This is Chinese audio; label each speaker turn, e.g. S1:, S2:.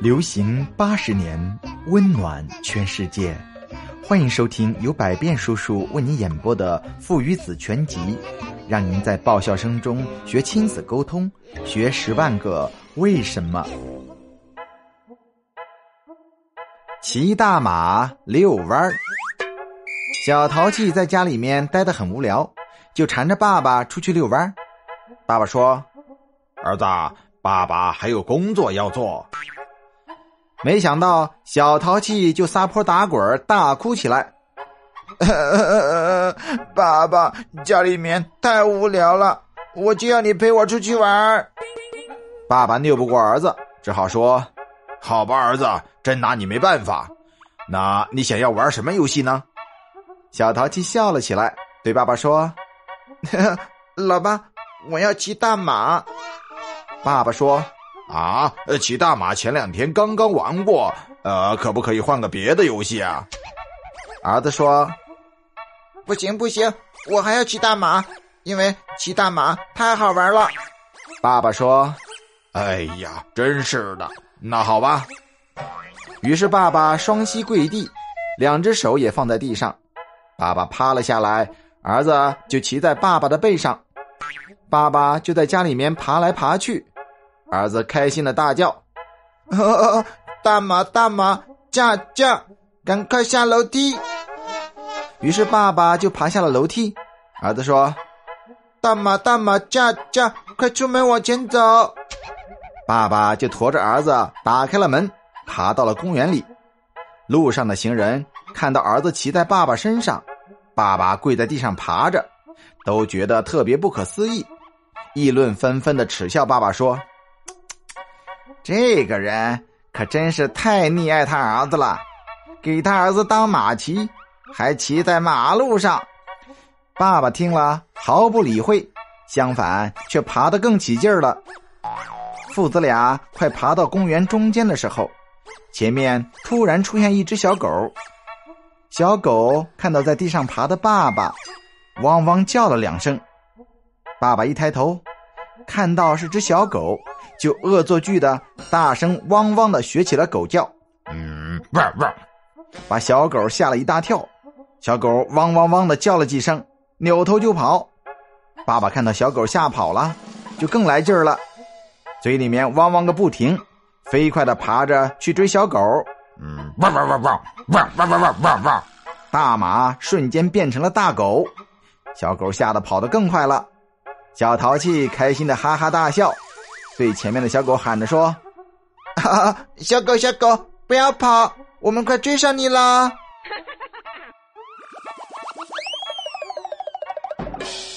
S1: 流行80年，温暖全世界。欢迎收听由百变叔叔为你演播的父与子全集，让您在爆笑声中学亲子沟通，学10万个为什么。骑大马遛弯。小淘气在家里面待得很无聊，就缠着爸爸出去遛弯。爸爸说：
S2: 儿子，爸爸还有工作要做。
S1: 没想到小淘气就撒泼打滚大哭起来。
S3: 爸爸，家里面太无聊了，我就要你陪我出去玩。
S1: 爸爸拗不过儿子，只好说：
S2: 好吧儿子，真拿你没办法。那你想要玩什么游戏呢？
S1: 小淘气笑了起来，对爸爸说：
S3: 老爸，我要骑大马。
S1: 爸爸说：
S2: 骑大马前2天刚刚玩过，可不可以换个别的游戏啊？
S1: 儿子说：
S3: 不行，我还要骑大马，因为骑大马太好玩了。
S1: 爸爸说：
S2: 哎呀，真是的，那好吧。
S1: 于是爸爸双膝跪地，2只手也放在地上，爸爸趴了下来，儿子就骑在爸爸的背上，爸爸就在家里面爬来爬去。儿子开心的大叫：
S3: 大马驾，赶快下楼梯。
S1: 于是爸爸就爬下了楼梯。儿子说：
S3: 大马驾，快出门往前走。
S1: 爸爸就驮着儿子打开了门，爬到了公园里。路上的行人看到儿子骑在爸爸身上，爸爸跪在地上爬着，都觉得特别不可思议，议论纷纷地耻笑爸爸说：这个人可真是太溺爱他儿子了，给他儿子当马骑，还骑在马路上。爸爸听了毫不理会，相反却爬得更起劲儿了。父子俩快爬到公园中间的时候，前面突然出现一只小狗。小狗看到在地上爬的爸爸，汪汪叫了2声。爸爸一抬头，看到是只小狗，就恶作剧的大声汪汪的学起了狗叫。
S2: 汪汪，
S1: 把小狗吓了一大跳。小狗汪汪汪的叫了几声，扭头就跑。爸爸看到小狗吓跑了，就更来劲儿了，嘴里面汪汪个不停，飞快的爬着去追小狗。
S2: 汪汪汪汪汪汪汪汪汪汪，
S1: 大马瞬间变成了大狗，小狗吓得跑得更快了。小淘气开心的哈哈大笑，对前面的小狗喊着说：
S3: 小狗不要跑，我们快追上你了。